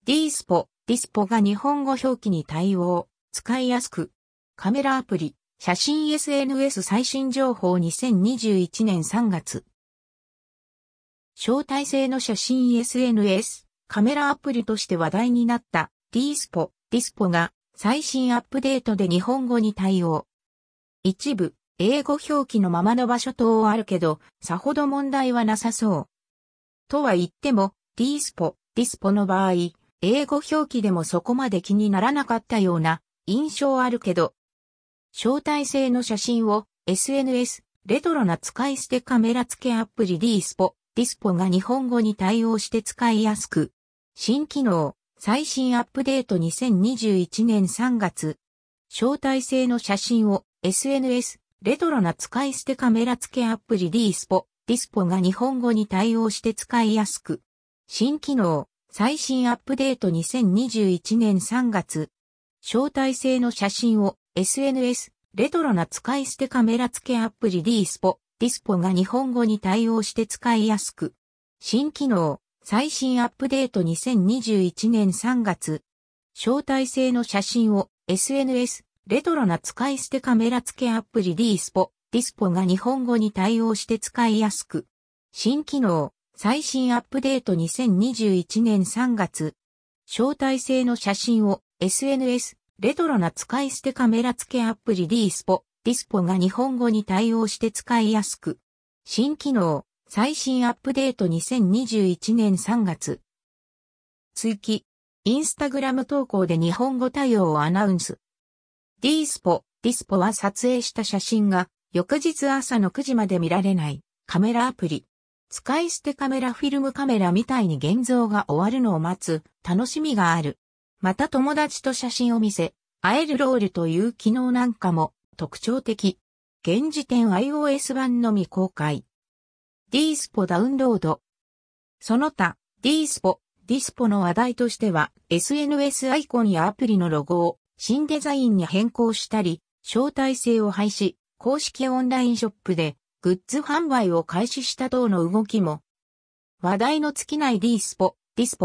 ディスポが日本語表記に対応、使いやすく。カメラアプリ、写真 SNS 最新情報2021年3月。招待制の写真 SNS、カメラアプリとして話題になったディスポが最新アップデートで日本語に対応。一部、英語表記のままの場所等あるけど、さほど問題はなさそう。とは言っても、ディスポの場合、英語表記でもそこまで気にならなかったような印象あるけど、招待制の写真を SNS、レトロな使い捨てカメラ付けアプリディスポが日本語に対応して使いやすく、新機能、最新アップデート2021年3月、招待制の写真を SNS、レトロな使い捨てカメラ付けアプリディスポが日本語に対応して使いやすく、新機能、最新アップデート2021年3月、招待制の写真を SNS、レトロな使い捨てカメラ付けアプリディスポが日本語に対応して使いやすく、新機能、最新アップデート2021年3月、招待制の写真を SNS、レトロな使い捨てカメラ付けアプリディスポが日本語に対応して使いやすく、新機能、最新アップデート2021年3月、招待制の写真を SNS、レトロな使い捨てカメラ付けアプリディスポが日本語に対応して使いやすく、新機能、最新アップデート2021年3月。追記、インスタグラム投稿で日本語対応をアナウンス。ディスポは撮影した写真が翌日朝の9時まで見られないカメラアプリ。使い捨てカメラフィルムカメラみたいに現像が終わるのを待つ楽しみがある。また友達と写真を見せ、会えるロールという機能なんかも特徴的。現時点 iOS 版のみ公開。ディスポダウンロード。その他、ディスポの話題としては SNS アイコンやアプリのロゴを新デザインに変更したり、招待制を廃止、公式オンラインショップでグッズ販売を開始した等の動きも。話題の尽きないディスポ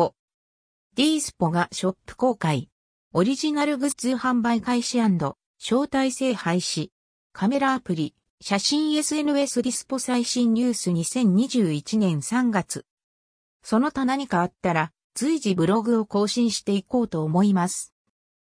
がショップ公開。オリジナルグッズ販売開始&招待制廃止。カメラアプリ、写真 SNS ディスポ最新ニュース2021年3月。その他何かあったら随時ブログを更新していこうと思います。